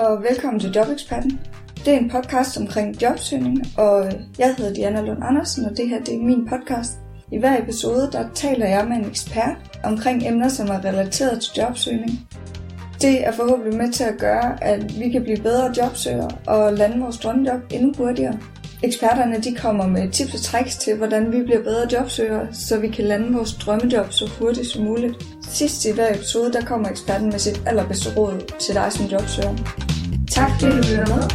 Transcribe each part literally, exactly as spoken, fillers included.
og velkommen til Jobeksperten. Det er en podcast omkring jobsøgning, og jeg hedder Diana Lund Andersen, og det her det er min podcast. I hver episode der taler jeg med en ekspert omkring emner, som er relateret til jobsøgning. Det er forhåbentlig med til at gøre, at vi kan blive bedre jobsøgere og lande vores drømmejob endnu hurtigere. Eksperterne de kommer med tips og tricks til, hvordan vi bliver bedre jobsøgere, så vi kan lande vores drømmejob så hurtigt som muligt. Sidst i hver episode, der kommer eksperten med sit allerbedste råd til dig som jobsøger. Tak fordi du lytter med.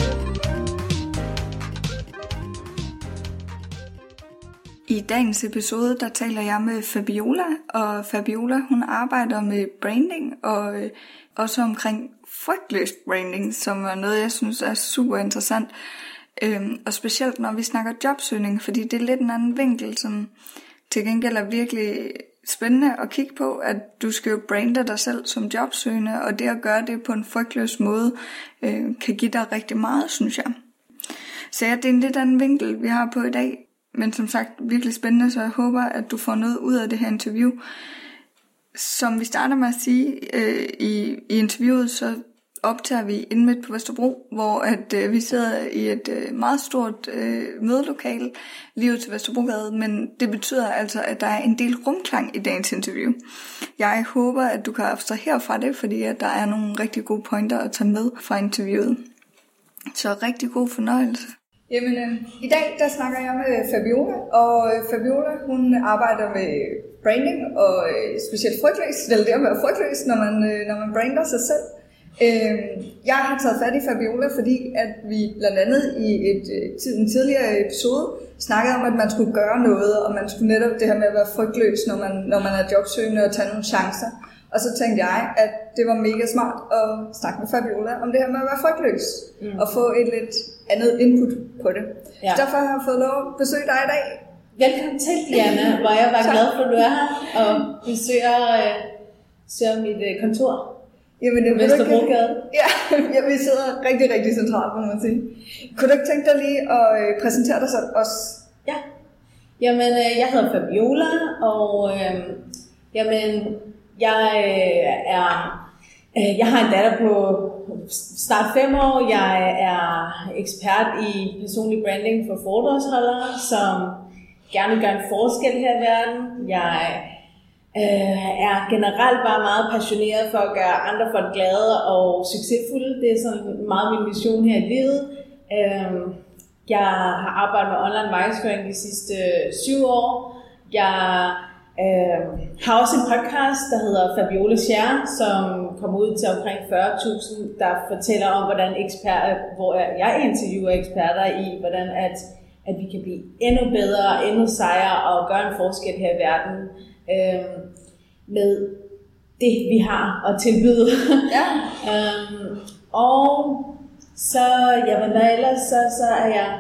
I dagens episode, der taler jeg med Fabiola, og Fabiola hun arbejder med branding og øh, også omkring frygtløst branding, som er noget, jeg synes er super interessant. Øhm, og specielt når vi snakker jobsøgning, fordi det er lidt en anden vinkel, som til gengæld er virkelig spændende at kigge på, at du skal jo brande dig selv som jobsøgende, og det at gøre det på en frygtløs måde, øh, kan give dig rigtig meget, synes jeg. Så ja, det er en lidt anden vinkel, vi har på i dag, men som sagt virkelig spændende, så jeg håber, at du får noget ud af det her interview. Som vi starter med at sige øh, i, i interviewet, så optager vi inde midt på Vesterbro, hvor at, øh, vi sidder i et øh, meget stort øh, mødelokale lige ud til Vesterbrogade, men det betyder altså, at der er en del rumklang i dagens interview. Jeg håber, at du kan abstrahere fra det, fordi at der er nogle rigtig gode pointer at tage med fra interviewet. Så rigtig god fornøjelse. Jamen, øh, i dag der snakker jeg med Fabiola, og øh, Fabiola hun arbejder med branding, og øh, specielt frygtløs, eller det at være frygtløs, når man, øh, når man brander sig selv. Øh, jeg har taget fat i Fabiola, fordi at vi blandt andet i et, øh, en tidligere episode snakkede om, at man skulle gøre noget, og man skulle netop det her med at være frygtløs, når man, når man er jobsøgende og tage nogle chancer. Og så tænkte jeg, at det var mega smart at snakke med Fabiola om det her med at være frygtløs, mm. og få et lidt andet input på det. Ja. Så derfor har jeg fået lov at besøge dig i dag. Velkommen til, Diana, hvor jeg var glad for, at du er her og besøger, øh, besøger mit øh, kontor. Jamen, jeg Vesterbrogade. Ja, ja, vi sidder rigtig, rigtig centralt, må man sige. Kunne du ikke tænke dig lige at øh, præsentere dig selv også? Ja, jamen, øh, jeg hedder Fabiola, og øh, jamen, jeg øh, er, øh, jeg har en datter på snart fem år. Jeg er ekspert i personlig branding for foredragsholdere, som gerne gør en forskel her i verden. Jeg øh, er generelt bare meget passioneret for at gøre andre folk glade og succesfulde. Det er sådan meget min mission her i livet. Øh, jeg har arbejdet med online markedsføring de sidste syv år. Jeg Uh, har også en podcast, der hedder Fabiola Share, som kommer ud til omkring fyrre tusind, der fortæller om, hvordan eksperter, hvor jeg interviewer eksperter i, hvordan at, at vi kan blive endnu bedre, endnu sejere og gøre en forskel her i verden uh, med det, vi har at tilbyde. Ja. um, og så, jamen hvad ellers, så, så er jeg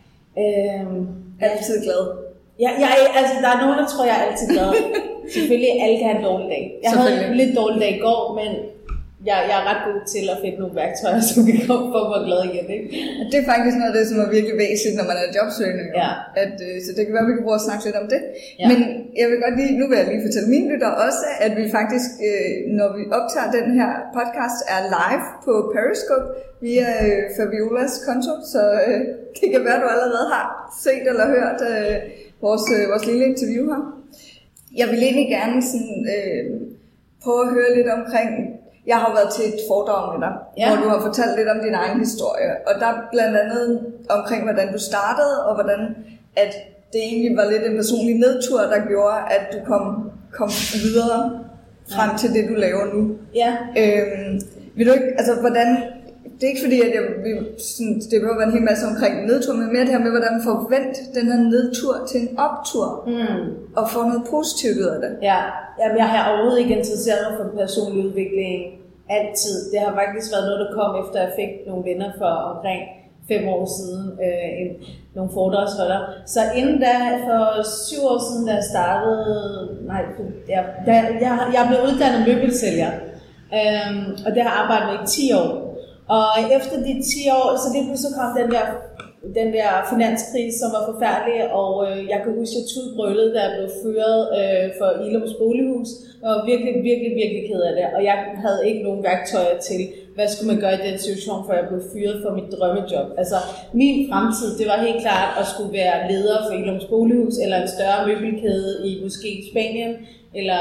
uh, altid glad. Ja, jeg, altså, der er nogen, der tror, jeg er altid glad. Selvfølgelig, alle kan have en dårlig dag. Jeg havde en lidt dårlig dag i går, men jeg, jeg er ret god til at finde nogle værktøjer, som kan komme for at være glad igen. Ikke? Det er faktisk noget af det, som er virkelig væsentligt, når man er jobsøgende. Ja. At, øh, så det kan være, at vi kan bruge at snakke lidt om det. Ja. Men jeg vil godt lige, nu vil jeg lige fortælle mine lytter også, at vi faktisk, øh, når vi optager den her podcast, er live på Periscope via øh, Fabiolas konto. Så øh, det kan være, at du allerede har set eller hørt øh, vores, øh, vores lille interview her. Jeg vil egentlig gerne sådan, øh, prøve at høre lidt omkring. Jeg har været til et foredrag med dig, ja. Hvor du har fortalt lidt om din egen historie. Og der blandt andet omkring, hvordan du startede, og hvordan at det egentlig var lidt en personlig nedtur, der gjorde, at du kom, kom videre frem ja. Til det, du laver nu. Ja. Øhm, vil du ikke, altså hvordan, det er ikke fordi, at jeg vil, sådan, det behøver være en hel masse omkring nedtur, men mere det her med, hvordan man forventer den her nedtur til en optur, mm. og få noget positivt ud af det. Ja, jamen, jeg har overhovedet ikke interesseret mig for personlig udvikling altid. Det har faktisk været noget, der kom efter, at jeg fik nogle venner for omkring fem år siden, øh, en, nogle foredragsholdere. Så inden da, for syv år siden, da jeg startede, nej, jeg, da, jeg, jeg blev uddannet møbelsælger, øh, og det har jeg arbejdet med i ti år. Og efter de ti år, så det pludselig kom den der den der finanskrise, som var forfærdelig, og øh, jeg kan huske, at jeg tudbrølede, da jeg blev fyret øh, for Ilums Bolighus. Jeg var virkelig, virkelig, virkelig ked af det, og jeg havde ikke nogen værktøjer til, hvad skulle man gøre i den situation, før jeg blev fyret for mit drømmejob. Altså, min fremtid, det var helt klart at skulle være leder for Ilums Bolighus, eller en større møbelkæde i måske Spanien, eller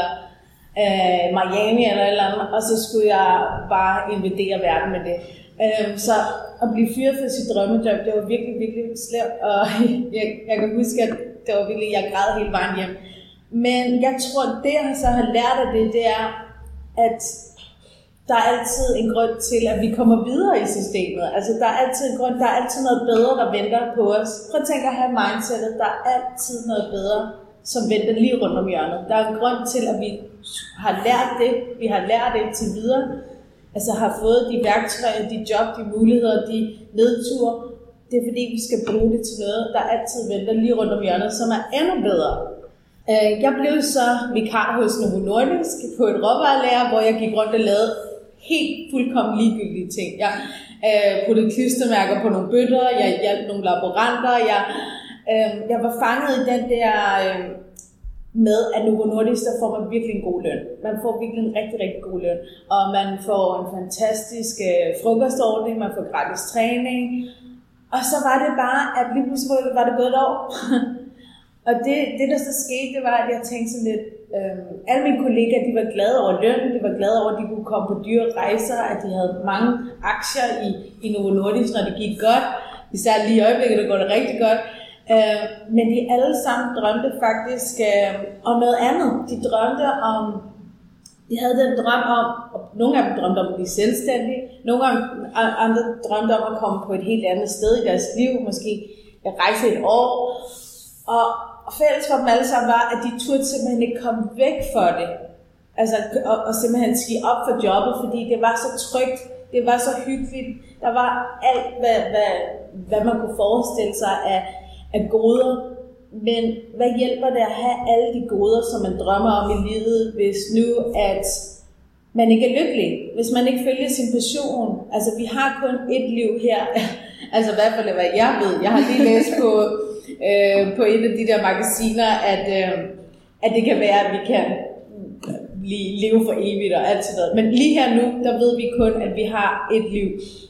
øh, Miami, eller et eller andet, og så skulle jeg bare invadere verden med det. Øh, så at blive fyret for sit drømmejob, det var virkelig, virkelig slemt, og jeg, jeg kan huske, at det var virkelig, jeg græd hele vejen hjem. Men jeg tror, det jeg så har lært af det, det er, at der er altid en grund til, at vi kommer videre i systemet. Altså, der er altid en grund, der er altid noget bedre, der venter på os. Prøv at tænke at have mindsetet, der er altid noget bedre, som venter lige rundt om hjørnet. Der er en grund til, at vi har lært det, vi har lært det til videre, altså har fået de værktøjer, de job, de muligheder, de nedture. Det er fordi, vi skal bruge det til noget, der altid venter lige rundt om hjørnet, som er endnu bedre. Jeg blev så vikar hos Novo Nordisk på et råvarelærer, hvor jeg gik rundt og lavede helt fuldkommen ligegyldige ting. Jeg øh, puttede klistermærker på nogle bøtter, jeg hjalp nogle laboranter, jeg, øh, jeg var fanget i den der øh, med, at Novo Nordisk, der får man virkelig en god løn. Man får virkelig en rigtig, rigtig god løn, og man får en fantastisk øh, frokostordning, man får gratis træning, og så var det bare, at lige pludselig var det gået et år. Og det, det, der så skete, det var, at jeg tænkte sådan lidt, øh, alle mine kollegaer, de var glade over lønnen, de var glade over, at de kunne komme på dyre rejser, at de havde mange aktier i, i Novo Nordisk, når det gik godt. Især lige i øjeblikket, der går det rigtig godt. Øh, men de alle sammen drømte faktisk øh, om noget andet. De drømte om, de havde den drøm om, og nogle af dem drømte om at blive selvstændige, nogle af dem andre drømte om at komme på et helt andet sted i deres liv, måske at rejse et år. Og fælles for dem alle sammen var, at de turde simpelthen ikke komme væk for det. Altså, og, og simpelthen sige op for jobbet, fordi det var så trygt, det var så hyggeligt. Der var alt, hvad, hvad, hvad man kunne forestille sig af, af goder. Men hvad hjælper det at have alle de goder, som man drømmer om i livet, hvis nu at man ikke er lykkelig? Hvis man ikke følger sin passion? Altså, vi har kun et liv her. Altså, i hvert fald hvad jeg ved. Jeg har lige læst på... Øh, på et af de der magasiner, at, øh, at det kan være, at vi kan blive, leve for evigt og alt sådan noget. Men lige her nu, der ved vi kun, at vi har et liv.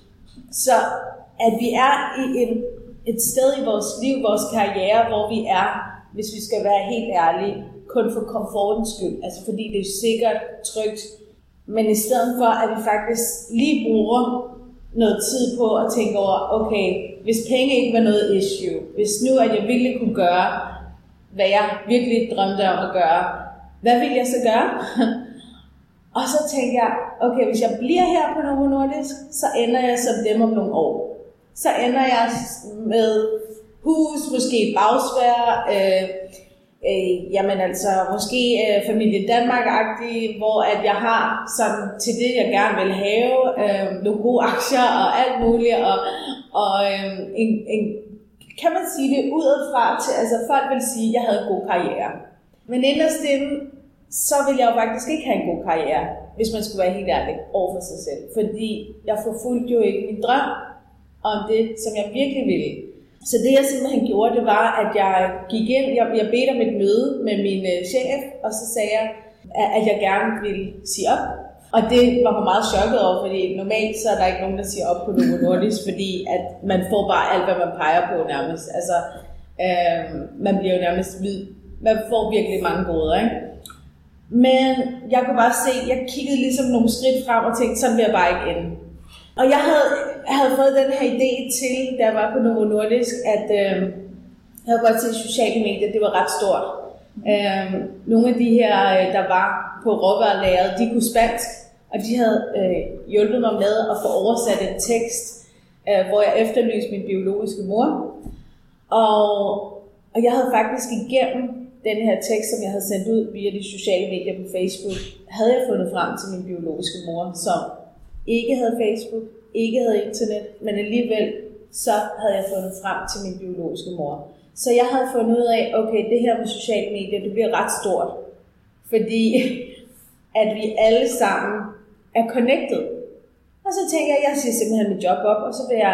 Så at vi er i en, et sted i vores liv, vores karriere, hvor vi er, hvis vi skal være helt ærlige, kun for komfortens skyld. Altså fordi det er sikkert, trygt. Men i stedet for, at vi faktisk lige bruger noget tid på at tænke over, okay, hvis penge ikke var noget issue, hvis nu at jeg virkelig kunne gøre, hvad jeg virkelig drømte om at gøre, hvad vil jeg så gøre? Og så tænkte jeg, okay, hvis jeg bliver her på Novo Nordisk, så ender jeg som dem om nogle år. Så ender jeg med hus, måske bagsvær, øh, øh, jamen altså måske øh, familie Danmark-agtig, hvor at jeg har sådan til det, jeg gerne vil have, øh, nogle gode aktier og alt muligt, og, og øh, en, en, kan man sige det udadfra til, altså folk vil sige, at jeg havde en god karriere. Men inderst inde, så vil jeg jo faktisk ikke have en god karriere, hvis man skulle være helt ærlig over for sig selv. Fordi jeg forfulgte jo ikke min drøm om det, som jeg virkelig ville. Så det jeg simpelthen gjorde, det var, at jeg gik ind, jeg, jeg bedte om et møde med min øh, chef, og så sagde jeg, at jeg gerne ville sige op. Og det var hun meget chokket over, fordi normalt så er der ikke nogen, der siger op på Novo Nordisk, fordi at man får bare alt, hvad man peger på nærmest. Altså, øh, man bliver jo nærmest hvid. Man får virkelig mange goder, ikke? Men jeg kunne bare se, jeg kiggede ligesom nogle skridt frem og tænkte, sådan vil jeg bare ikke ende. Og jeg havde, jeg havde fået den her idé til, da jeg var på Novo Nordisk, at øh, jeg havde godt set sociale medier, det var ret stort. Øh, nogle af de her, der var på råvarelageret, de kunne spansk, og de havde øh, hjulpet mig med at få oversat en tekst, øh, hvor jeg efterlyste min biologiske mor. Og, og jeg havde faktisk igennem den her tekst, som jeg havde sendt ud via de sociale medier på Facebook, havde jeg fundet frem til min biologiske mor, som ikke havde Facebook, ikke havde internet, men alligevel så havde jeg fundet frem til min biologiske mor. Så jeg havde fundet ud af, okay, det her med sociale medier, det bliver ret stort, fordi at vi alle sammen er connected. Og så tænker jeg, jeg siger simpelthen mit job op, og så vil jeg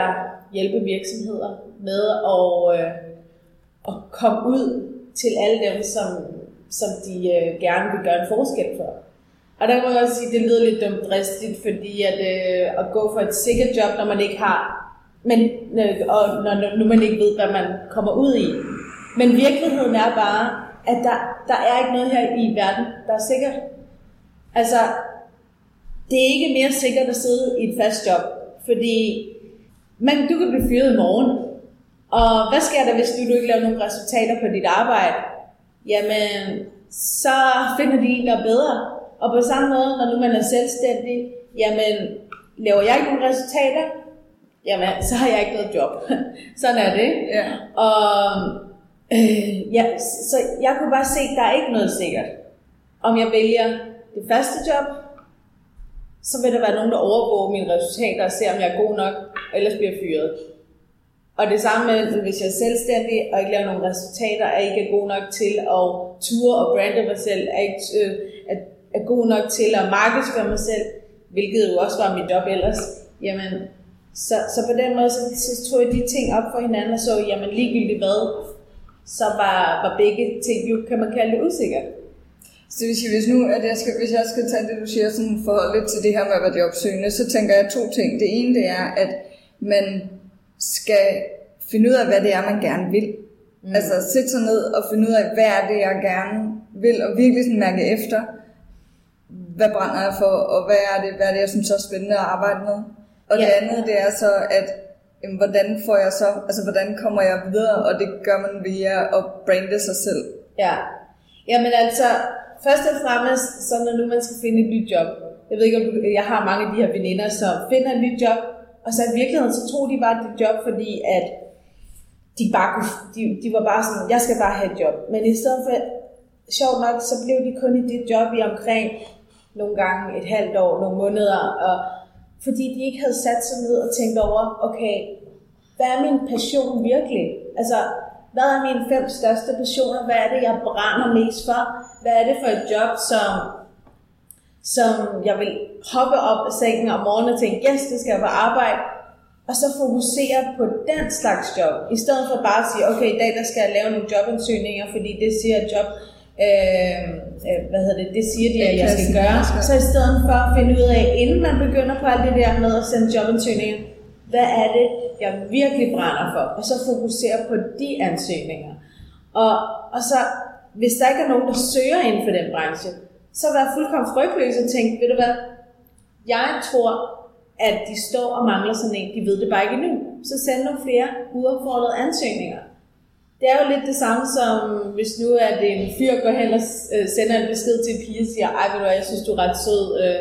hjælpe virksomheder med at, øh, at komme ud til alle dem, som, som de øh, gerne vil gøre en forskel for. Og der må jeg også sige, at det lyder lidt dumt dristigt, fordi at, øh, at gå for et sikkert job, når man ikke har, men, øh, og når, når man ikke ved, hvad man kommer ud i. Men virkeligheden er bare, at der, der er ikke noget her i verden, der er sikkert. Altså, det er ikke mere sikkert at sidde i et fast job, fordi man, du kan blive fyret i morgen. Og hvad sker der, hvis du, du ikke laver nogle resultater på dit arbejde? Jamen, så finder de en, der er bedre. Og på samme måde, når nu man er selvstændig, jamen, laver jeg ikke nogle resultater? Jamen, så har jeg ikke noget job. Sådan er det. Ja. Og øh, ja, så jeg kunne bare se, at der er ikke noget sikkert. Om jeg vælger det faste job, så vil der være nogen, der overvåger mine resultater og ser, om jeg er god nok, og ellers bliver jeg fyret. Og det samme med, hvis jeg er selvstændig og ikke laver nogle resultater, er ikke er god nok til at ture og brande mig selv, er ikke øh, er, er god nok til at markedsføre mig selv, hvilket jo også var mit job ellers. Jamen, så, så på den måde, så, så tog jeg de ting op for hinanden og så, jamen ligegyldigt hvad, så var, var begge ting jo, kan man kalde det, usikkert. Så det vil sige, hvis, nu, at jeg skal, hvis jeg skal tage det, du siger, sådan for lidt til det her med at være jobsøgende, så tænker jeg to ting. Det ene, det er, at man skal finde ud af, hvad det er, man gerne vil. Mm. Altså sætte sig ned og finde ud af, hvad er det, jeg gerne vil, og virkelig sådan mærke efter, hvad brænder jeg for, og hvad er det, hvad er det jeg synes er spændende at arbejde med. Og ja. Det andet, det er så, at jamen, hvordan får jeg så, altså hvordan kommer jeg videre, og det gør man via at brande sig selv. Ja, jamen altså, først og fremmest, så når nu man skal finde et nyt job, jeg ved ikke, om du, jeg har mange af de her veninder, som finder et nyt job, og så i virkeligheden, så tror de bare, det er et job, fordi at de, bare kunne, de, de var bare sådan, jeg skal bare have et job. Men i stedet for, sjovt nok, så blev de kun i det job i omkring nogle gange et halvt år, nogle måneder, og fordi de ikke havde sat sig ned og tænkt over, okay, hvad er min passion virkelig? Altså, hvad er mine fem største passioner? Hvad er det, jeg brænder mest for? Hvad er det for et job, som, som jeg vil hoppe op af sengen om morgenen og tænke, yes, det skal jeg på arbejde. Og så fokusere på den slags job, i stedet for bare at sige, okay, i dag der skal jeg lave nogle jobansøgninger, fordi det siger job, øh, øh, hvad hedder det, det siger de, at jeg skal gøre. Så i stedet for at finde ud af, inden man begynder på alt det der med at sende jobansøgninger, hvad er det, jeg virkelig brænder for, og så fokusere på de ansøgninger. Og, og så, hvis der ikke er nogen, der søger inden for den branche, så være fuldkommen frygtløs og tænke, ved du hvad, jeg tror, at de står og mangler sådan en, de ved det bare ikke endnu. Så send nogle flere uopfordrede ansøgninger. Det er jo lidt det samme som, hvis nu er det en fyr går hen og sender en besked til en pige og siger, ej ved du hvad, jeg synes du er ret sød, øh,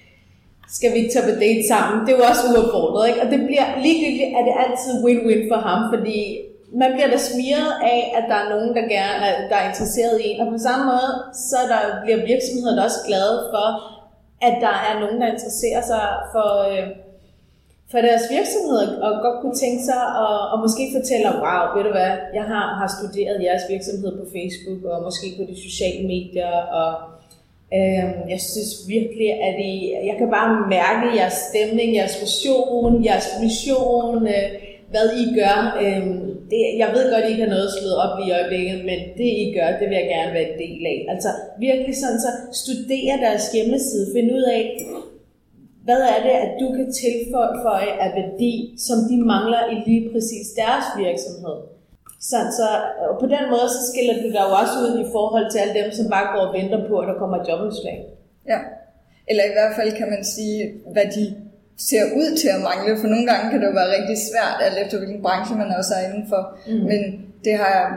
skal vi tage på date sammen? Det er jo også uopfordret, ikke? Og det bliver ligegyldigt, at det altid win-win for ham, fordi man bliver da smiret af, at der er nogen, der, gerne, der er interesseret i en. Og på samme måde, så der bliver virksomheder også glade for, at der er nogen, der interesserer sig for, øh, for deres virksomhed, og godt kunne tænke sig, og, og måske fortælle, wow, ved du hvad, jeg har, har studeret jeres virksomhed på Facebook, og måske på de sociale medier, og øh, jeg synes virkelig, at I, jeg kan bare mærke jeres stemning, jeres passion, jeres mission, øh, hvad I gør. Øh, det, jeg ved godt, at I ikke har noget slået op i øjeblikket, men det I gør, det vil jeg gerne være en del af. Altså virkelig sådan, så studere deres hjemmeside, finde ud af, hvad er det, at du kan tilføje af værdi, som de mangler i lige præcis deres virksomhed. Sådan, så på den måde, så skiller du dig jo også ud i forhold til alle dem, som bare går og venter på, at der kommer et jobindslag. Ja, eller i hvert fald kan man sige, hvad de ser ud til at mangle, for nogle gange kan det jo være rigtig svært, alt efter hvilken branche man også er indenfor. Mm. Men det har jeg,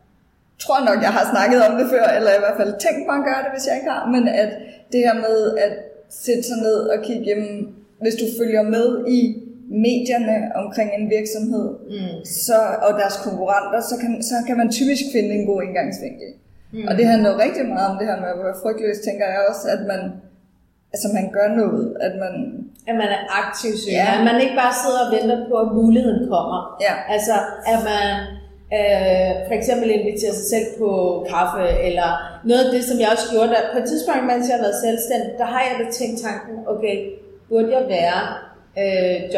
tror nok, jeg har snakket om det før, eller i hvert fald tænkt mig at gøre det, hvis jeg ikke har, men at det her med at sætte sig ned og kigge hjem, hvis du følger med i medierne omkring en virksomhed, mm. så, og deres konkurrenter, så kan, så kan man typisk finde en god indgangsvinkel. Mm. Og det handler jo rigtig meget om det her med at være frygtløs, tænker jeg også, at man, altså man gør noget, at man at man er aktiv søger, ja. At man ikke bare sidder og venter på, at muligheden kommer. Ja. Altså, at man øh, for eksempel inviterer sig selv på kaffe, eller noget af det, som jeg også gjorde, der, på et tidspunkt, mens jeg har været selvstændig, der har jeg da tænkt tanken, okay, burde jeg være øh, job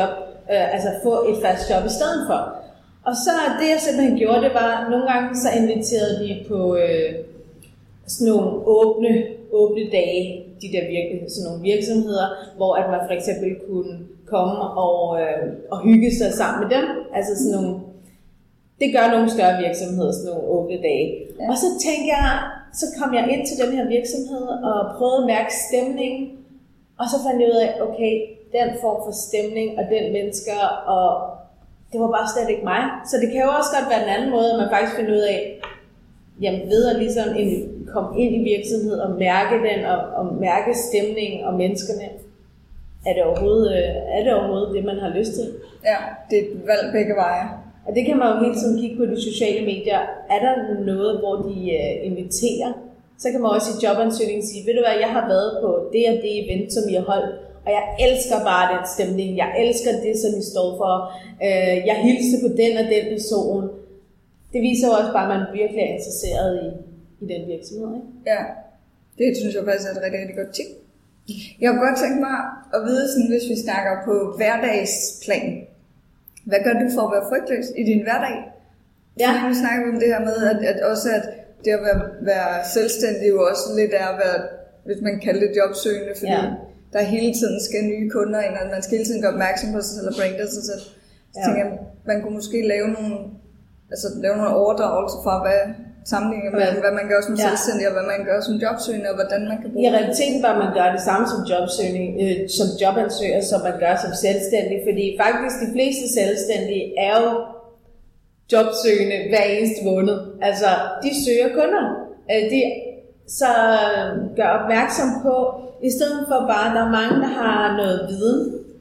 øh, altså få et fast job i stedet for. Og så det jeg simpelthen gjorde, det var, nogle gange så inviterede de på øh, sådan nogle åbne, åbne dage, de der virke, sådan nogle virksomheder, hvor at man for eksempel kunne komme og, øh, og hygge sig sammen med dem. Altså sådan nogle, det gør nogle større virksomheder, sådan nogle åbne dage. Ja. Og så tænkte jeg, så kom jeg ind til den her virksomhed og prøvede at mærke stemningen. Og så fandt jeg ud af, okay, den form for stemning og den mennesker, og det var bare slet ikke mig. Så det kan jo også godt være en anden måde, at man faktisk finder ud af, jamen ved at ligesom komme ind i virksomheden og mærke den, og, og mærke stemningen og menneskerne, er det, overhovedet, er det overhovedet det, man har lyst til? Ja, det er et valg begge veje. Og det kan man jo hele tiden kigge på de sociale medier. Er der noget, hvor de uh, inviterer? Så kan man også i jobansøgningen sige, ved du hvad, jeg har været på det og det event, som I har holdt, og jeg elsker bare den stemning. Jeg elsker det, som I står for. Uh, jeg hilser på den og den person. Det viser jo også bare, at man virkelig er interesseret i, i den virksomhed. Ikke? Ja, det synes jeg faktisk er et rigtig, rigtig godt tip. Jeg kunne godt tænke mig at vide, sådan, hvis vi snakker på hverdagsplan. Hvad gør du for at være frygtløs i din hverdag? Ja. Vi snakker om det her med, at, at også at det at være, være selvstændig jo også lidt er at være, hvis man kalder det jobsøgende, fordi ja. der hele tiden skal nye kunder ind, og man skal hele tiden gøre opmærksom på sig selv og brande sig selv. Så ja. tænker jeg, man kunne måske lave nogle, altså lave nogle overdragelser fra, hvad sammenligninger mellem, hvad man gør som ja. selvstændig, og hvad man gør som jobsøgende, og hvordan man kan bruge det. I realiteten bør man gøre det samme som jobsøgning, øh, som jobansøger, som man gør som selvstændig, fordi faktisk de fleste selvstændige er jo jobsøgende hver eneste måned. Altså, de søger kunder. Øh, de, så gør opmærksom på, i stedet for bare, der er mange, der har noget viden,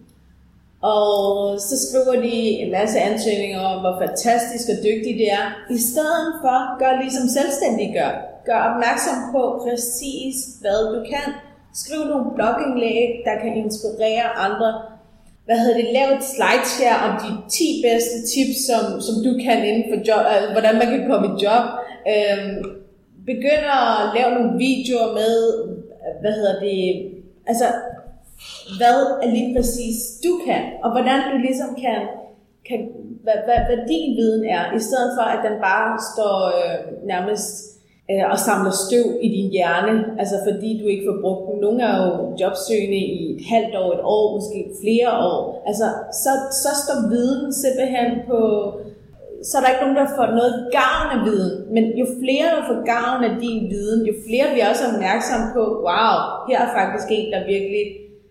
og så skriver de en masse ansøgninger om, hvor fantastisk og dygtige det er. I stedet for, gør ligesom selvstændige gør. Gør opmærksom på præcis, hvad du kan. Skriv nogle blogindlæg, der kan inspirere andre. Hvad hedder det? Lav et slideshare om de ti bedste tips, som, som du kan inden for job, altså, hvordan man kan komme i job. Øhm, begynd at lave nogle videoer med, hvad hedder det, altså, hvad er lige præcis du kan, og hvordan du ligesom kan, kan hvad, hvad, hvad din viden er, i stedet for at den bare står øh, nærmest øh, og samler støv i din hjerne, altså fordi du ikke får brugt den. Nogle er jo jobsøgende i et halvt år, et år, måske flere år. Altså så, så står viden simpelthen på, så er der ikke nogen, der får noget gavn af viden, men jo flere der får gavn af din viden, jo flere bliver også opmærksom på, wow, her er faktisk en, der virkelig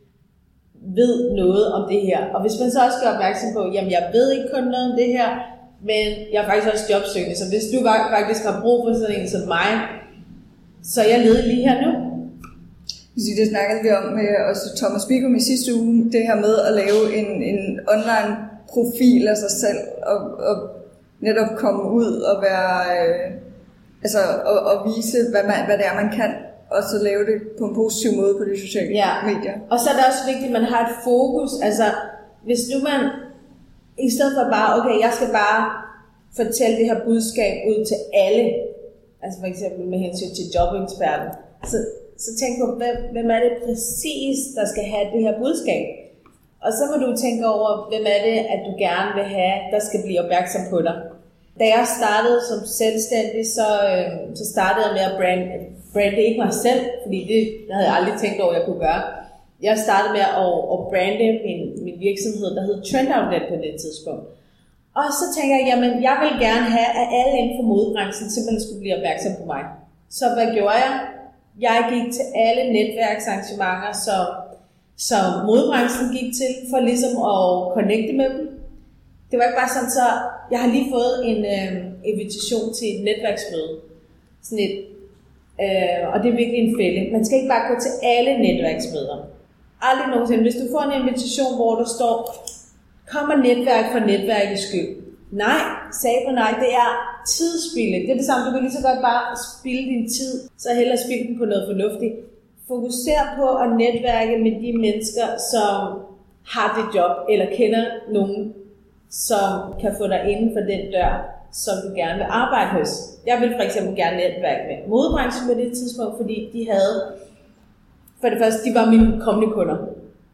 ved noget om det her. Og hvis man så også gør opmærksom på, jamen jeg ved ikke kun noget om det her, men jeg er faktisk også jobsøgende, så hvis du faktisk har brug for sådan en som mig, så er jeg ledig lige her nu. Det snakkede vi om med også Thomas Bigum i sidste uge, det her med at lave en, en online profil af sig selv, og, og netop komme ud og være, øh, altså og, og vise, hvad, man, hvad det er, man kan, og så lave det på en positiv måde på de sociale ja. medier. Og så er det også vigtigt, at man har et fokus. Altså, hvis nu man, i stedet for bare, okay, jeg skal bare fortælle det her budskab ud til alle, altså for eksempel med hensyn til jobeksperten, så, så tænk på, hvem, hvem er det præcis, der skal have det her budskab? Og så må du tænke over, hvem er det, at du gerne vil have, der skal blive opmærksom på dig. Da jeg startede som selvstændig, så, øh, så startede jeg med at brande, brande ikke mig selv, fordi det, det havde jeg aldrig tænkt over, at jeg kunne gøre. Jeg startede med at, at brande min, min virksomhed, der hed Trend Outlet på det tidspunkt. Og så tænker jeg, jamen jeg vil gerne have, at alle inden for modebranchen simpelthen skulle blive opmærksom på mig. Så hvad gjorde jeg? Jeg gik til alle netværksarrangementer, som, som modebranchen gik til, for ligesom at connecte med dem. Det var ikke bare sådan, så jeg har lige fået en øh, invitation til et netværksmøde. Sådan et, øh, og det er virkelig en fælde. Man skal ikke bare gå til alle netværksmøder. Aldrig nogensinde. Hvis du får en invitation, hvor der står, kom og netværk for netværkets skyld. Nej, sagde på nej, det er tidsspilde. Det er det samme, du kan lige så godt bare spilde din tid, så hellere spilde den på noget fornuftigt. Fokuser på at netværke med de mennesker, som har det job, eller kender nogen, som kan få dig inden for den dør, som du gerne vil arbejde hos. Jeg vil for eksempel gerne netværke med modebranchen på det tidspunkt, fordi de havde, for det første, de var mine kommende kunder.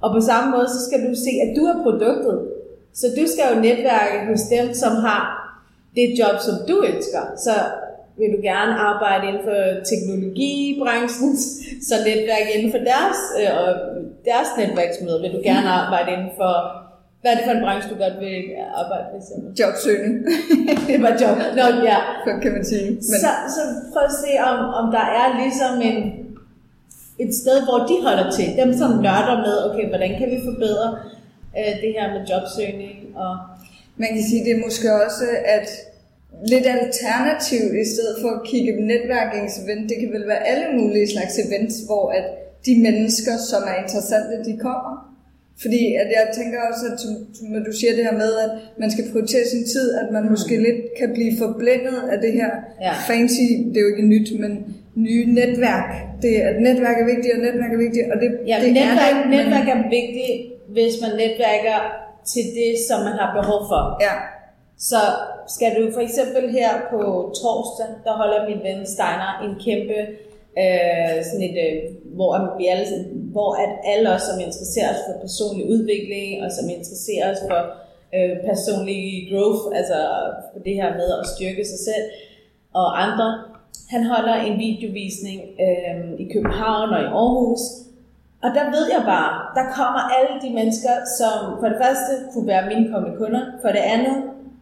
Og på samme måde, så skal du se, at du er produktet. Så du skal jo netværke hos dem, som har det job, som du ønsker. Så vil du gerne arbejde inden for teknologibranchen, så netværk inden for deres, øh, og deres netværksmøder. Vil du gerne arbejde inden for, hvad er det for en branche, du godt vil arbejde for eksempel? Jobsøgning. Det var job. Nå, ja. Kan man sige. Men... Så, så prøv at se, om, om der er ligesom en, et sted, hvor de holder til. Dem, som nørder med, okay, hvordan kan vi forbedre øh, det her med jobsøgning. Og... Man kan sige, det er måske også, at lidt alternativ i stedet for at kigge på netværkingsevent. Det kan vel være alle mulige slags events, hvor at de mennesker, som er interessante, de kommer. Fordi at jeg tænker også, at når du siger det her med, at man skal prioritere sin tid, at man mm. måske lidt kan blive forblændet af det her ja. fancy, det er jo ikke nyt, men nye netværk. Det, at netværk er vigtigt, og netværk er vigtigt. Og det, ja, det netværk, er det, netværk er vigtigt, hvis man netværker til det, som man har behov for. Ja. Så skal du for eksempel her på torsdag, der holder min ven Steiner en kæmpe, øh, sådan et, øh, hvor, vi alle, hvor at alle os, som interesserer os for personlig udvikling, og som interesserer os for øh, personlig growth, altså for det her med at styrke sig selv og andre, han holder en videovisning øh, i København og i Aarhus. Og der ved jeg bare, der kommer alle de mennesker, som for det første kunne være mine kommende kunder, for det andet,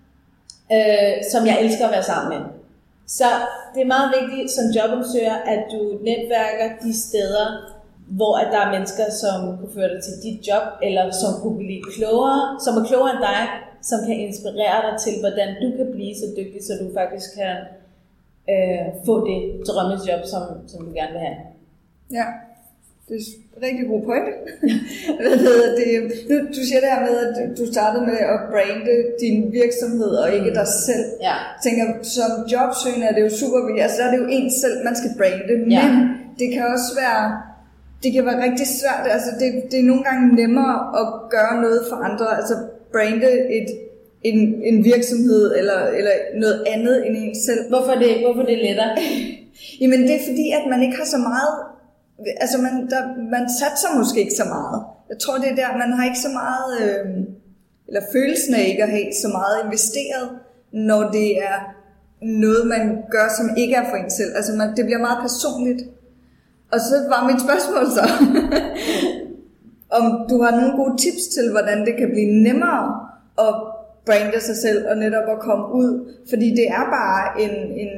Øh, som jeg elsker at være sammen med. Så det er meget vigtigt som jobansøger, at du netværker de steder, hvor at der er mennesker, som kunne føre dig til dit job, eller som kunne blive klogere, som er klogere end dig, som kan inspirere dig til, hvordan du kan blive så dygtig, så du faktisk kan øh, få det drømmejob, som, som du gerne vil have. Ja. Det er en rigtig god pointe. Hvad hedder det? Nu, du siger det her med, at du startede med at brande din virksomhed og ikke dig selv. Ja. Jeg tænker, som jobsøgende er det jo super vigtigt. Altså der er det jo en selv, man skal brande. Men ja. det kan også være, det kan være rigtig svært. Altså det, det er nogle gange nemmere at gøre noget for andre. Altså brande et, en, en virksomhed eller, eller noget andet end en selv. Hvorfor det, hvorfor det er lettere? Jamen det er fordi, at man ikke har så meget... Altså man, der, man satser måske ikke så meget. Jeg tror det er der, man har ikke så meget, øh, eller følelsen af ikke at have så meget investeret, når det er noget man gør, som ikke er for en selv. Altså man, det bliver meget personligt. Og så var mit spørgsmål så, om du har nogle gode tips til, hvordan det kan blive nemmere at brande sig selv og netop at komme ud. Fordi det er bare en, en,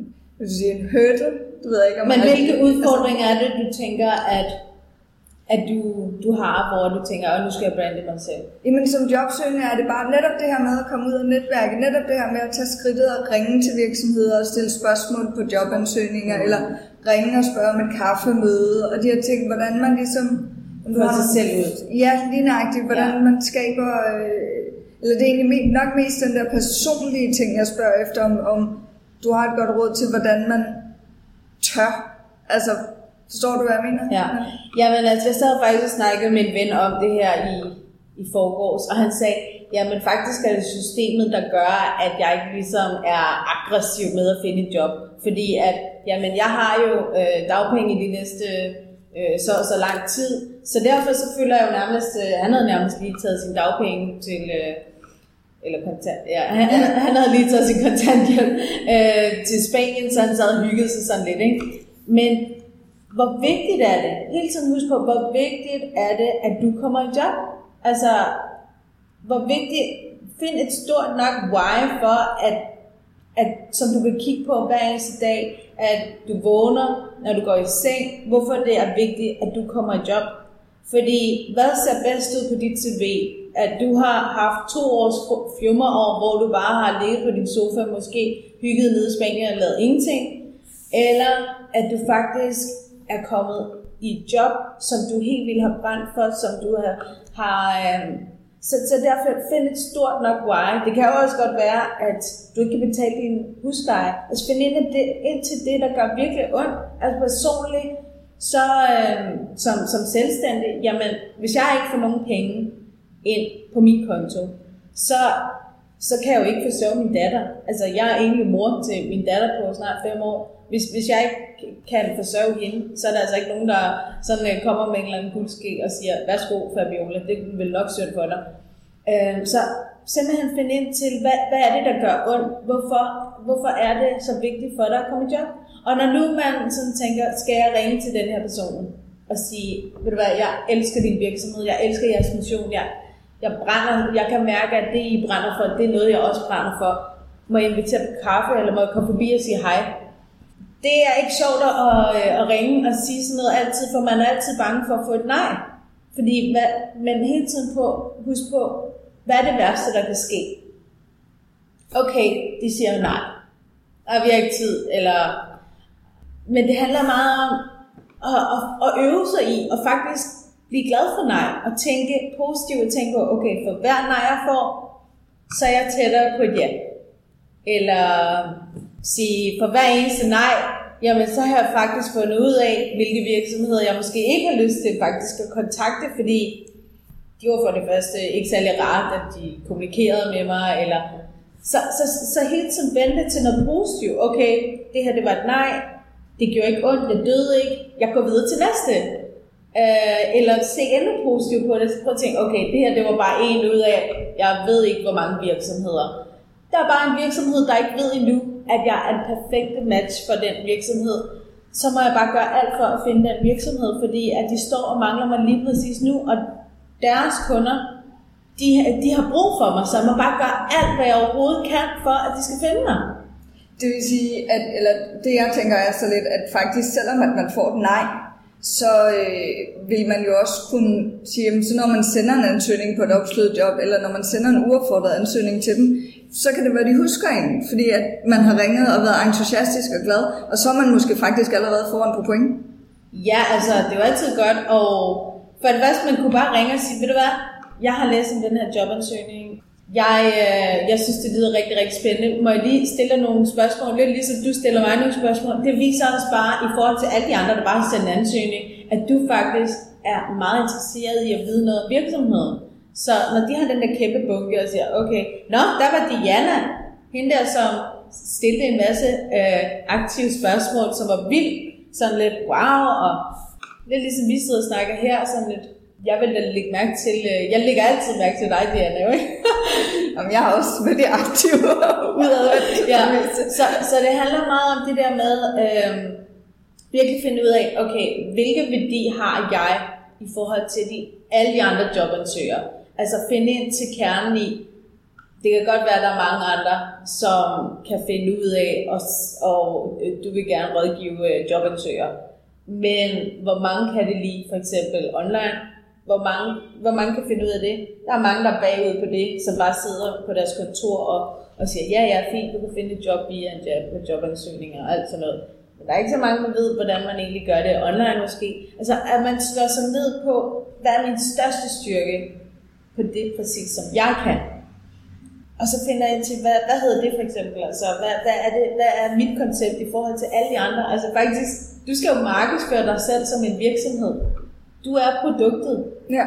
sige, en hurdle. Du ved ikke, om Men hvilke udfordringer er det, du tænker, at, at du, du har, hvor du tænker, at nu skal jeg brande mig selv? Jamen som jobsøgende er det bare netop det her med at komme ud af netværket, netop det her med at tage skridtet og ringe til virksomheder og stille spørgsmål på jobansøgninger, mm. eller ringe og spørge om et kaffemøde, og de har tænkt, hvordan man ligesom... Du har sig selv ud. Ja, lige nøjagtigt, hvordan ja. man skaber... Øh, eller det er egentlig nok mest den der personlige ting, jeg spørger efter, om, om du har et godt råd til, hvordan man tør. Altså, forstår du, hvad jeg mener? Ja. Jamen, altså, jeg sad faktisk og snakkede med en ven om det her i, i forgårs, og han sagde, jamen faktisk er det systemet, der gør, at jeg ikke ligesom er aggressiv med at finde et job. Fordi at, jamen, jeg har jo øh, dagpenge i de næste øh, så så lang tid, så derfor så føler jeg jo nærmest, øh, han havde nærmest lige taget sin dagpenge til... Øh, eller kontant, ja, han, han havde lige taget sin kontanthjælp øh, til Spanien, så han sad og hyggede sig sådan lidt, ikke? Men hvor vigtigt er det, hele tiden husk på, hvor vigtigt er det, at du kommer i job? Altså, hvor vigtigt, find et stort nok why for, at, at som du kan kigge på hver eneste dag, at du vågner, når du går i seng, hvorfor det er vigtigt, at du kommer i job. Fordi, hvad ser bedst ud på dit C V? At du har haft to års fjummerår, hvor du bare har ligget på din sofa, måske hygget nede i Spanien og lavet ingenting, eller at du faktisk er kommet i et job, som du helt vildt har brændt for, som du har... har øh, så, så derfor find et stort nok why. Det kan jo også godt være, at du ikke kan betale din husleje. Altså find ind, det, ind til det, der gør virkelig ondt. Altså personligt, så øh, som, som selvstændig, jamen hvis jeg ikke får nogen penge ind på min konto, så, så kan jeg jo ikke forsørge min datter. Altså jeg er egentlig mor til min datter på snart fem år, hvis, hvis jeg ikke kan forsørge hende, så er der altså ikke nogen, der sådan, uh, kommer med en eller anden guldske og siger, værsgo Fabiola, det vil nok synd for dig. Uh, så simpelthen finde ind til, hvad, hvad er det, der gør ondt? Hvorfor, hvorfor er det så vigtigt for dig at komme i job? Og når nu man sådan tænker, skal jeg ringe til den her person og sige, ved du hvad, jeg elsker din virksomhed, jeg elsker jeres mission, jeg, jeg brænder, jeg kan mærke, at det I brænder for, det er noget, jeg også brænder for. Må jeg invitere på kaffe, eller må jeg komme forbi og sige hej? Det er ikke sjovt at, at ringe og sige sådan noget altid, for man er altid bange for at få et nej. Fordi, hvad, men hele tiden på, husk på, hvad er det værste, der kan ske? Okay, de siger nej. Og vi har ikke tid, eller... Men det handler meget om at, at, at øve sig i, og faktisk blive glad for nej, og tænke positivt, og tænke på, okay, for hver nej jeg får, så er jeg tættere på et ja. Eller sige, for hver eneste nej, jamen så har jeg faktisk fundet ud af, hvilke virksomheder jeg måske ikke har lyst til faktisk at kontakte, fordi de var for det første ikke særlig rart, at de kommunikerede med mig, eller så, så, så hele tiden vente til noget positivt. Okay, det her det var et nej, det gjorde ikke ondt, det døde ikke, jeg går videre til næste. Uh, eller se endnu positivt på det, så prøv at tænke, okay, det her det var bare en ud af, jeg ved ikke hvor mange virksomheder. Der er bare en virksomhed, der ikke ved endnu, at jeg er en perfekte match for den virksomhed. Så må jeg bare gøre alt for at finde den virksomhed, fordi at de står og mangler mig lige præcis nu, og deres kunder, de, de har brug for mig, så jeg må bare gøre alt, hvad jeg overhovedet kan, for at de skal finde mig. Det vil sige, at eller det jeg tænker er så lidt, at faktisk selvom at man får et nej, så øh, vil man jo også kunne sige, jamen, så når man sender en ansøgning på et opslået job, eller når man sender en uopfordret ansøgning til dem, så kan det være, de husker en, fordi at man har ringet og været entusiastisk og glad, og så er man måske faktisk allerede foran på point. Ja, altså det er jo altid godt, og for det første, man kunne bare ringe og sige, ved du hvad, jeg har læst om den her jobansøgning, jeg, øh, jeg synes, det lyder rigtig, rigtig spændende. Må jeg lige stille nogle spørgsmål, lidt ligesom du stiller mig nogle spørgsmål. Det viser os bare, i forhold til alle de andre, der bare har sendt en ansøgning, at du faktisk er meget interesseret i at vide noget om virksomheden. Så når de har den der kæmpe bunke og siger, okay, nå, der var Diana, hende der, som stillede en masse øh, aktive spørgsmål, som var vildt, sådan lidt wow, og lidt ligesom vi sidder og snakker her, sådan lidt, jeg vil da lægge mærke til, øh, jeg lægger altid mærke til dig, Diana, jo ikke? Jamen, jeg er også veldig aktiv udad. Ja, så, så det handler meget om det der med, øh, virkelig finde ud af, okay, hvilke værdi har jeg i forhold til de, alle de andre jobansøgere? Altså finde ind til kernen i, det kan godt være, at der er mange andre, som kan finde ud af, og, og du vil gerne rådgive jobansøgere. Men hvor mange kan det lide, for eksempel online? Hvor mange, hvor mange kan finde ud af det? Der er mange, der er bagud på det, som bare sidder på deres kontor og, og siger, ja, ja, fint, du kan finde et job via en job med jobansøgninger og alt sådan noget. Men der er ikke så mange, der ved, hvordan man egentlig gør det online måske. Altså, at man slår sig ned på, hvad er min største styrke på det præcis, som jeg kan. Og så finder jeg ind til, hvad, hvad hedder det for eksempel? Altså, hvad, hvad, er det, hvad er mit koncept i forhold til alle de andre? Altså faktisk, du skal jo markedsføre dig selv som en virksomhed. Du er produktet. Ja.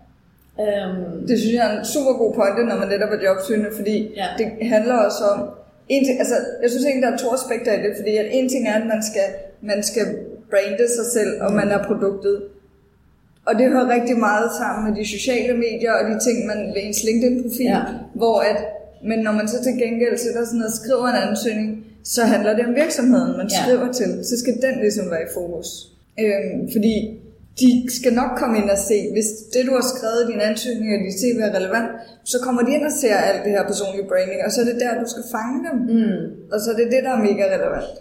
Øhm. Det synes jeg er en super god pointe, når man netop er jobsøgende, fordi ja. Det handler også om, en ting, altså jeg synes egentlig, der er to aspekter i det, fordi at en ting er, at man skal, man skal brande sig selv, og man er produktet. Og det hører rigtig meget sammen med de sociale medier og de ting, man ved ens LinkedIn-profil, ja. Hvor at, men når man så til gengæld sætter sådan og skriver en ansøgning, så handler det om virksomheden, man ja. Skriver til, så skal den ligesom være i fokus. Øhm, fordi de skal nok komme ind og se, hvis det du har skrevet i din ansøgning, og de C V er relevant, så kommer de ind og ser alt det her personlige branding, og så er det der, du skal fange dem. Mm. Og så er det det, der er mega relevant.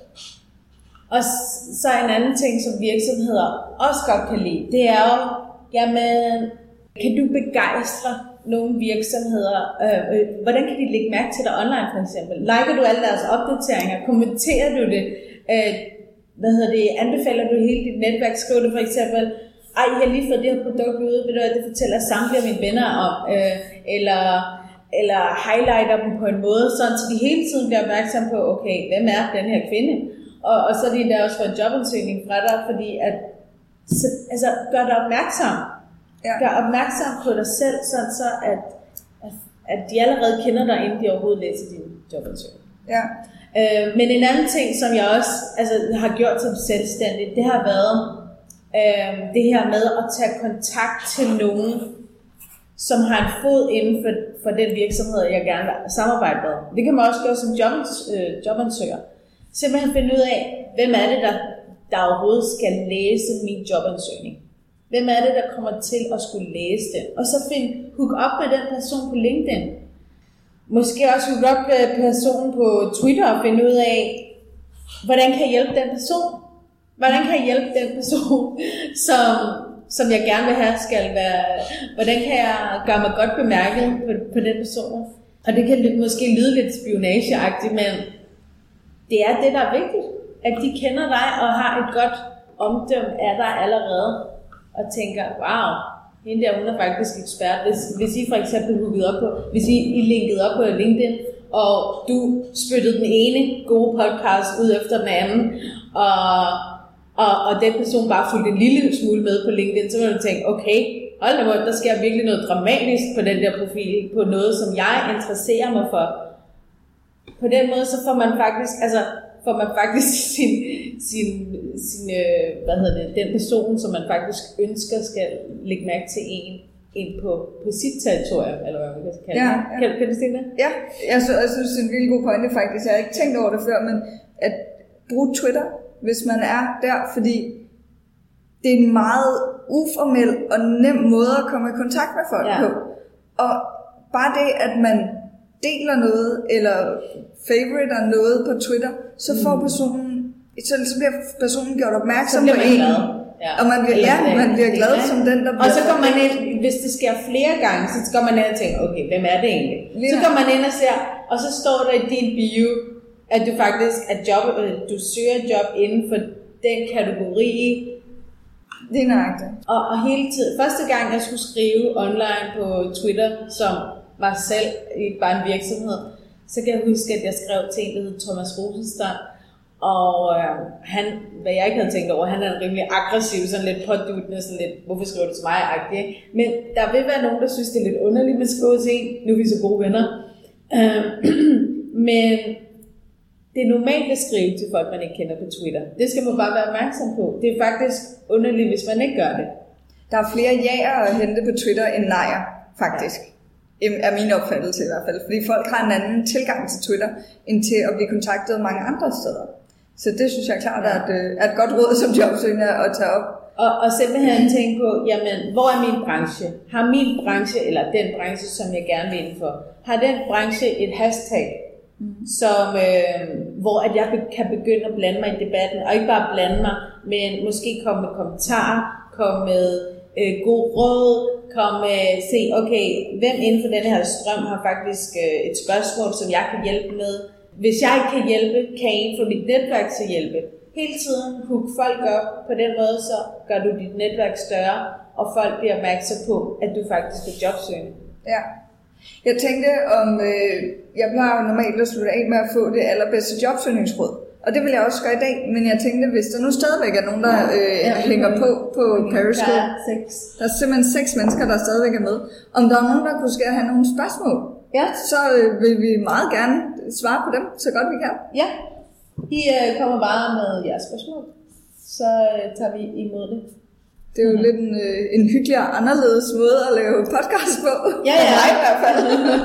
Og så en anden ting, som virksomheder også godt kan lide, det er jo, jamen, kan du begejstre nogle virksomheder? Øh, øh, hvordan kan de lægge mærke til dig online for eksempel? Liker du alle deres opdateringer? Kommenterer du det? Øh, hvad hedder det? Anbefaler du hele dit netværk? Skriver du for eksempel, ej, jeg har lige fået det her produkt ude, ved du hvad, det fortæller samtlige af mine venner om, øh, eller, eller highlighter dem på en måde, sådan så de hele tiden bliver opmærksom på, okay, hvem er den her kvinde? Og, og så er de der også for en jobansøgning fra dig, fordi at, så, altså, gør dig opmærksom. Ja. Gør opmærksom på dig selv, sådan så at, at, at de allerede kender dig, inden de overhovedet læser din jobansøgning. Ja. Øh, men en anden ting, som jeg også altså, har gjort som selvstændig, det har været øh, det her med at tage kontakt til nogen, som har en fod inden for, for den virksomhed, jeg gerne vil samarbejde med. Det kan man også gøre som job, øh, jobansøger. Simpelthen finde ud af, hvem er det, der, der overhovedet skal læse min jobansøgning. Hvem er det, der kommer til at skulle læse den? Og så find, hook op med den person på LinkedIn. Måske også hook op med personen på Twitter og finde ud af, hvordan kan jeg hjælpe den person? Hvordan kan jeg hjælpe den person, som, som jeg gerne vil have skal være... Hvordan kan jeg gøre mig godt bemærket på, på den person? Og det kan måske lyde lidt spionageagtigt, men det er det, der er vigtigt. At de kender dig og har et godt omdømme af dig allerede. Og tænker, wow, hende der, hun er faktisk ekspert. Hvis, hvis I for eksempel hookede op på, hvis I, I linkede op på LinkedIn, og du spyttede den ene gode podcast ud efter den anden, og, og, og den person bare fulgte en lille smule med på LinkedIn, så ville du tænke, okay, hold da måde, der sker virkelig noget dramatisk på den der profil, på noget, som jeg interesserer mig for. På den måde, så får man faktisk, altså, får man faktisk sin, sin, sin øh, hvad hedder det, den person, som man faktisk ønsker skal lægge mærke til en, ind på, på sit territorium, eller hvad man kan kalde det. Ja, ja. Kan, kan du sige det? Ja, jeg synes, jeg synes det er en virkelig god pointe faktisk. Jeg har ikke tænkt over det før, men at bruge Twitter, hvis man er der, fordi det er en meget uformel og nem måde at komme i kontakt med folk ja. på. Og bare det, at man deler noget, eller favoriter noget på Twitter, så får personen, så, så bliver personen gjort opmærksom på en. Ja. Og man bliver, ja, man bliver glad som den, der bliver... Og så går man ind, hvis det sker flere gange, så går man ind og tænker, okay, hvem er det egentlig? Lige så går man ind og ser, og så står der i din bio, at du faktisk er job, du søger job inden for den kategori. Det er nøjagtigt. Og, og hele tiden, første gang jeg skulle skrive online på Twitter, som mig selv i bare en virksomhed, så kan jeg huske, at jeg skrev til en, der hed Thomas Rosenstrand, og øh, han, hvad jeg ikke havde tænkt over, han er en rimelig aggressiv, sådan lidt pådutende, sådan lidt, hvorfor skriver du til mig-agtigt, men der vil være nogen, der synes, det er lidt underligt, man skriver til en, nu er vi så gode venner, øh, men det er normalt at skrive til folk, man ikke kender på Twitter. Det skal man bare være opmærksom på. Det er faktisk underligt, hvis man ikke gør det. Der er flere ja'er at hente på Twitter end nejer, faktisk. Er min opfattelse i hvert fald. Fordi folk har en anden tilgang til Twitter, end til at blive kontaktet mange andre steder. Så det synes jeg klart er et, er et godt råd som jobsøgende at tage op. Og, og simpelthen tænke på, jamen, hvor er min branche? Har min branche, eller den branche, som jeg gerne vil inden for, har den branche et hashtag, mm. som, øh, hvor at jeg kan begynde at blande mig i debatten, og ikke bare blande mig, men måske komme med kommentarer, komme med øh, god råd, komme med, se, okay, hvem inden for den her strøm har faktisk øh, et spørgsmål, som jeg kan hjælpe med. Hvis jeg ikke kan hjælpe, kan en fra mit netværk til hjælpe. Hele tiden hook folk op på den måde, så gør du dit netværk større, og folk bliver opmærksom på, at du faktisk er jobsøgende. Ja. Jeg tænkte om, øh, jeg plejer normalt at slutte af med at få det allerbedste jobsøgningsråd. Og det vil jeg også gøre i dag, men jeg tænkte, hvis der nu stadigvæk er nogen, der øh, ja, hænger på på Periscope, der er, seks. der er simpelthen seks mennesker, der stadigvæk er med. Om der er nogen, der kunne have nogle spørgsmål, ja. så øh, vil vi meget gerne svare på dem, så godt vi kan. Ja, I øh, kommer bare med jeres spørgsmål, så øh, tager vi imod det. Det er jo mm-hmm. lidt en, øh, en hyggelig og anderledes måde at lave podcast på. Ja, ja. For mig i hvert fald.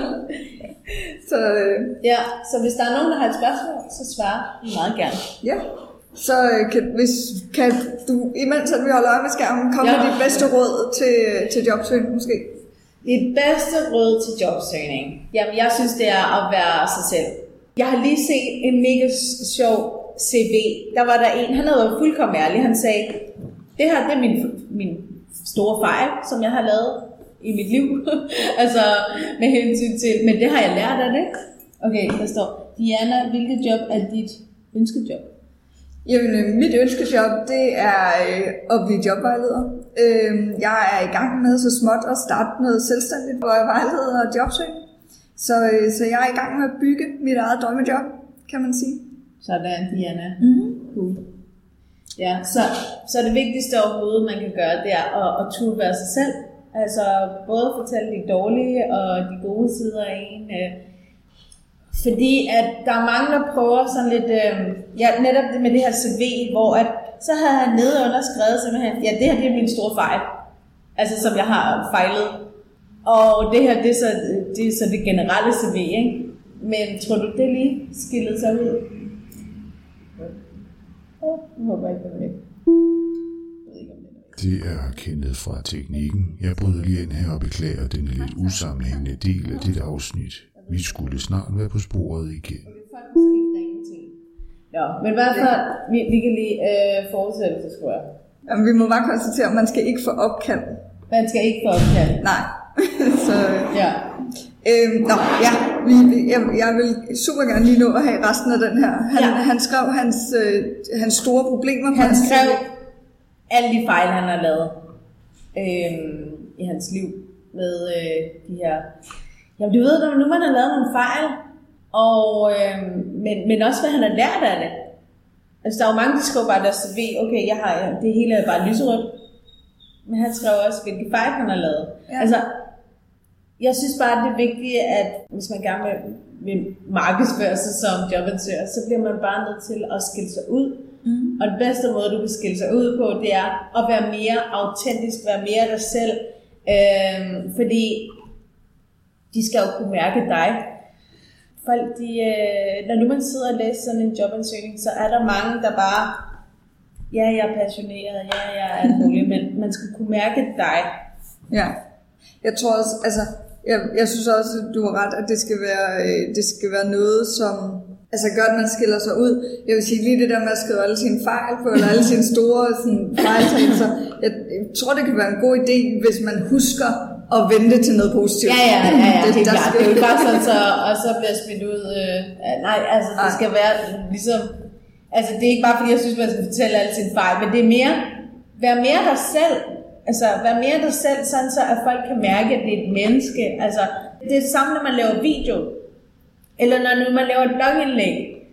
Så, øh, ja, så hvis der er nogen, der har et spørgsmål, så svarer vi meget gerne. Ja, så øh, kan, hvis, kan du, imens at vi holder øje med skærmen, komme ja. med dit bedste råd til, til jobsøgning måske? Dit bedste råd til jobsøgning? Jamen, jeg synes, det er at være sig selv. Jeg har lige set en mega sjov C V. Der var der en, han havde været fuldkommen ærlig. Han sagde, det her det er min, min store fejl, som jeg har lavet i mit liv, altså med hensyn til, men det har jeg lært af det. Okay, der står, Diana, hvilket job er dit ønskejob? Jamen, øh, mit ønskejob, det er øh, at blive jobvejleder. Øh, jeg er i gang med så småt at starte noget selvstændigt, hvor jeg vejleder og jobsøgning. Så, øh, så jeg er i gang med at bygge mit eget drømmejob, kan man sige. Sådan, Diana. Mm-hmm. Cool. Ja, så, så det vigtigste overhovedet, man kan gøre, det er at, at turde være sig selv. Altså både fortælle de dårlige og de gode sider af en. Fordi at der er mange, der prøver sådan lidt, øh, ja, netop det med det her C V, hvor at, så havde han nede under skrevet simpelthen, ja, det her det er min store fejl. Altså som jeg har fejlet. Og det her, det er så det, er så det generelle C V, ikke? Men tror du, det lige skillede sig ud? Åh, oh, jeg håber ikke, det er med. Det er Kenneth fra Teknikken. Jeg bryder lige ind her og beklager denne lidt usammenhængende del af dette afsnit. Vi skulle snart være på sporet igen. Ja, men i hvert fald, vi, vi kan lige øh, fortsætte, så tror jeg. Jamen, vi må bare konstatere, at man skal ikke få opkald. Man skal ikke få opkald. Nej. så, ja. Øhm, nå, ja, vi, vi, jeg, jeg vil super gerne lige nå at have resten af den her. Han, ja. han skrev hans, øh, hans store problemer. Han skrev alle de fejl, han har lavet øh, i hans liv med øh, de her... Jamen, du ved, når nu man har lavet nogle fejl, og, øh, men, men også hvad han har lært af det. Altså, der er jo mange, der skriver bare deres C V, okay, jeg har, det hele er bare lyserødt. Men han skrev også, hvilke fejl han har lavet. Ja. Altså, jeg synes bare, det er vigtigt, at hvis man gerne vil, vil markedsføre sig som jobansøger, så bliver man bare nødt til at skille sig ud. Mm. Og den bedste måde, du kan skille sig ud på, det er at være mere autentisk, være mere dig selv. Øh, fordi de skal jo kunne mærke dig. Folk, de, øh, når nu man sidder og læser sådan en jobansøgning, så er der mange, der bare, ja, jeg er passioneret, ja, jeg er alt muligt, men man skal kunne mærke dig. Ja, jeg tror også, altså, jeg, jeg synes også, at du har ret, at det skal være, øh, det skal være noget, som altså gør, at man skiller sig ud. Jeg vil sige lige det der med at skrive alle sine fejl på, eller alle sine store sådan, fejltagelser. Jeg, jeg tror, det kan være en god idé, hvis man husker og vente til noget positivt. Ja, ja, ja, ja. Det, det, er, det er jo bare sådan, så, og så bliver jeg smidt ud. Øh, nej, altså det skal være ligesom, altså det er ikke bare fordi, jeg synes, man skal fortælle alle sine fejl, men det er mere, vær mere dig selv. Altså, vær mere dig selv, sådan så at folk kan mærke, at det er et menneske. Altså, det er det samme, når man laver video. Eller når man laver et blogindlæg.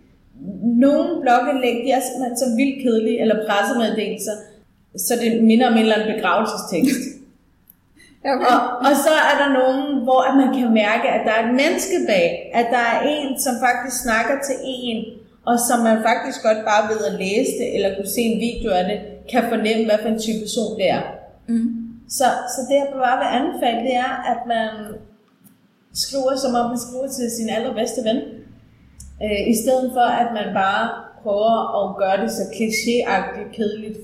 Nogle blogindlæg, de er simpelthen så vildt kedelige, eller pressemeddelelser, så det minder om en eller anden begravelsestekst. Okay. Og, og så er der nogen, hvor man kan mærke, at der er et menneske bag, at der er en, som faktisk snakker til en, og som man faktisk godt bare ved at læse det, eller kunne se en video af det, kan fornemme, hvad for en type person det er. Mm. Så, så det jeg bare vil anbefale, det er, at man skriver, som om man skriver til sin allerbedste ven, øh, i stedet for, at man bare prøver at gøre det så klichéagtigt kedeligt,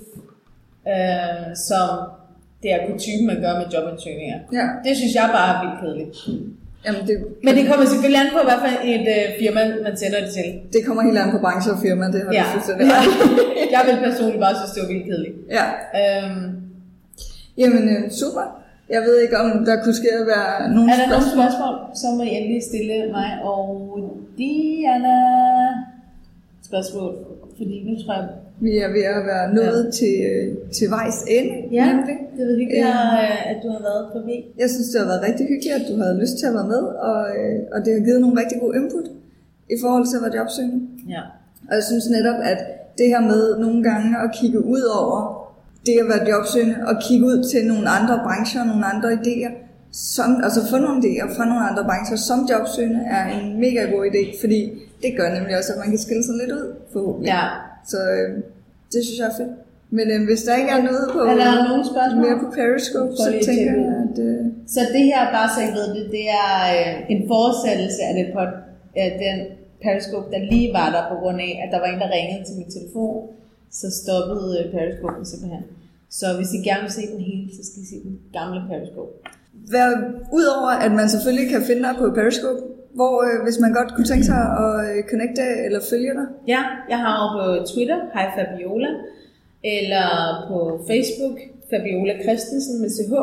øh, som det er kutyme, man gør med jobansøgninger. Ja. Det synes jeg bare er vildt kedeligt. Jamen det, men det kommer selvfølgelig an på, hvad for et øh, firma man sender det til. Det kommer helt an på branche og firma, det har ja. du fuldstændig. Ja. Jeg vil personligt bare synes, det var vildt kedeligt. Ja. Øhm. Jamen super. Jeg ved ikke, om der kunne ske at være nogle spørgsmål. Er der nogle spørgsmål, så må I endelig stille mig og Diana spørgsmål. Fordi nu tror jeg... Vi er ved at være nået ja. til, til vejs ende. Ja, nemlig. Det er hyggeligt, øh, at du har været forbi. Jeg synes, det har været rigtig hyggeligt, at du havde lyst til at være med. Og, og det har givet nogle rigtig gode input i forhold til at være jobsøgende. Ja. Og jeg synes netop, at det her med nogle gange at kigge ud over det at være jobsøgende, og kigge ud til nogle andre brancher og nogle andre idéer, som, altså få nogle idéer fra nogle andre brancher som jobsøgende, er en mega god idé, fordi det gør nemlig også, at man kan skille sig lidt ud, forhåbentlig. Ja. Så øh, det synes jeg er fedt. Men øh, hvis der ikke er noget på, er der nogen spørgsmål? Mere på Periscope, så tænker jeg, at... Øh... Så det her, bare så jeg ved det, det er øh, en fortsættelse af den, pod, øh, den Periscope, der lige var der på grund af, at der var en, der ringede til min telefon, så stoppede øh, Periscope simpelthen. Så hvis I gerne vil se den hele, så skal I se den gamle Periscope. Udover at man selvfølgelig kan finde dig på Periscope, hvor øh, hvis man godt kunne tænke sig at øh, connecte eller følge dig? Ja, jeg har jo på Twitter, Hej Fabiola, eller på Facebook, Fabiola Christensen med C H.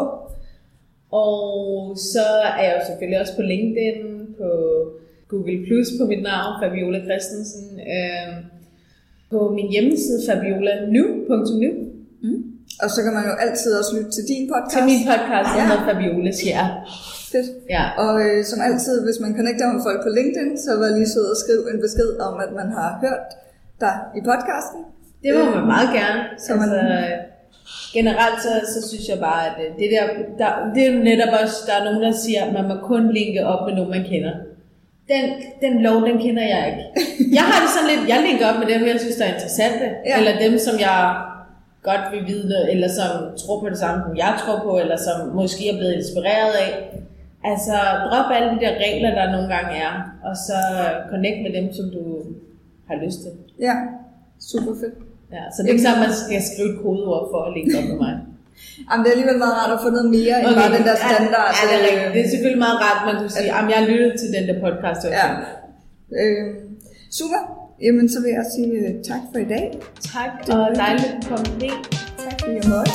Og så er jeg jo selvfølgelig også på LinkedIn, på Google Plus på mit navn, Fabiola Christensen, øh, på min hjemmeside fabiolanu punktum nu. Mm. Og så kan man jo altid også lytte til din podcast. Til min podcast, der ja. hedder Fabiola Skjær. Fedt. Ja. Og øh, som altid, hvis man connecter med folk på LinkedIn, så var lige sød at skrive en besked om, at man har hørt dig i podcasten. Det må man meget gerne. Så man... altså, generelt så, så synes jeg bare, at det, der, der, det er jo netop også, der er nogen, der siger, at man må kun linke op med nogen, man kender. Den, den lov, den kender jeg ikke. Jeg har det sådan lidt, jeg linker op med dem, jeg synes, der er interessante. Ja. Eller dem, som jeg godt vil vide, eller som tror på det samme, som jeg tror på, eller som måske er blevet inspireret af. Altså, drop alle de der regler, der nogle gange er, og så connect med dem, som du har lyst til. Ja, super fedt. Ja, så det er ikke sådan, at man skal skrive et kodeord for at linke op med mig. Jamen, det er alligevel meget rart at få noget mere, end okay. bare den der standard. Ja, det er rigtigt. Det er selvfølgelig meget rart, at man kan sige, at jeg har lyttet til den der podcast. Ja. Øh, super. Jamen, så vil jeg sige uh, tak for i dag. Tak, og dejligt at komme med. Tak for i måde.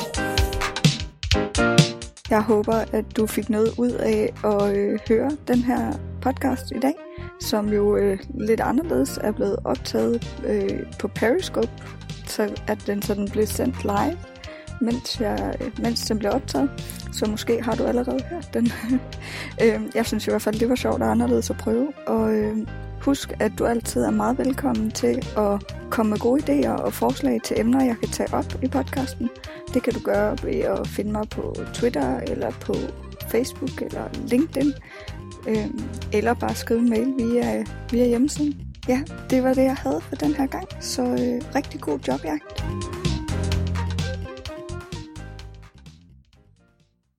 Jeg håber, at du fik noget ud af at øh, høre den her podcast i dag, som jo øh, lidt anderledes er blevet optaget øh, på Periscope, så at den sådan blev sendt live, mens, jeg, mens den blev optaget. Så måske har du allerede hørt den. øh, jeg synes i hvert fald, det var sjovt og anderledes at prøve. Og øh, husk, at du altid er meget velkommen til at komme med gode idéer og forslag til emner, jeg kan tage op i podcasten. Det kan du gøre ved at finde mig på Twitter, eller på Facebook, eller LinkedIn. Øh, eller bare skrive en mail via, via hjemmesiden. Ja, det var det, jeg havde for den her gang. Så øh, rigtig god jobjagt.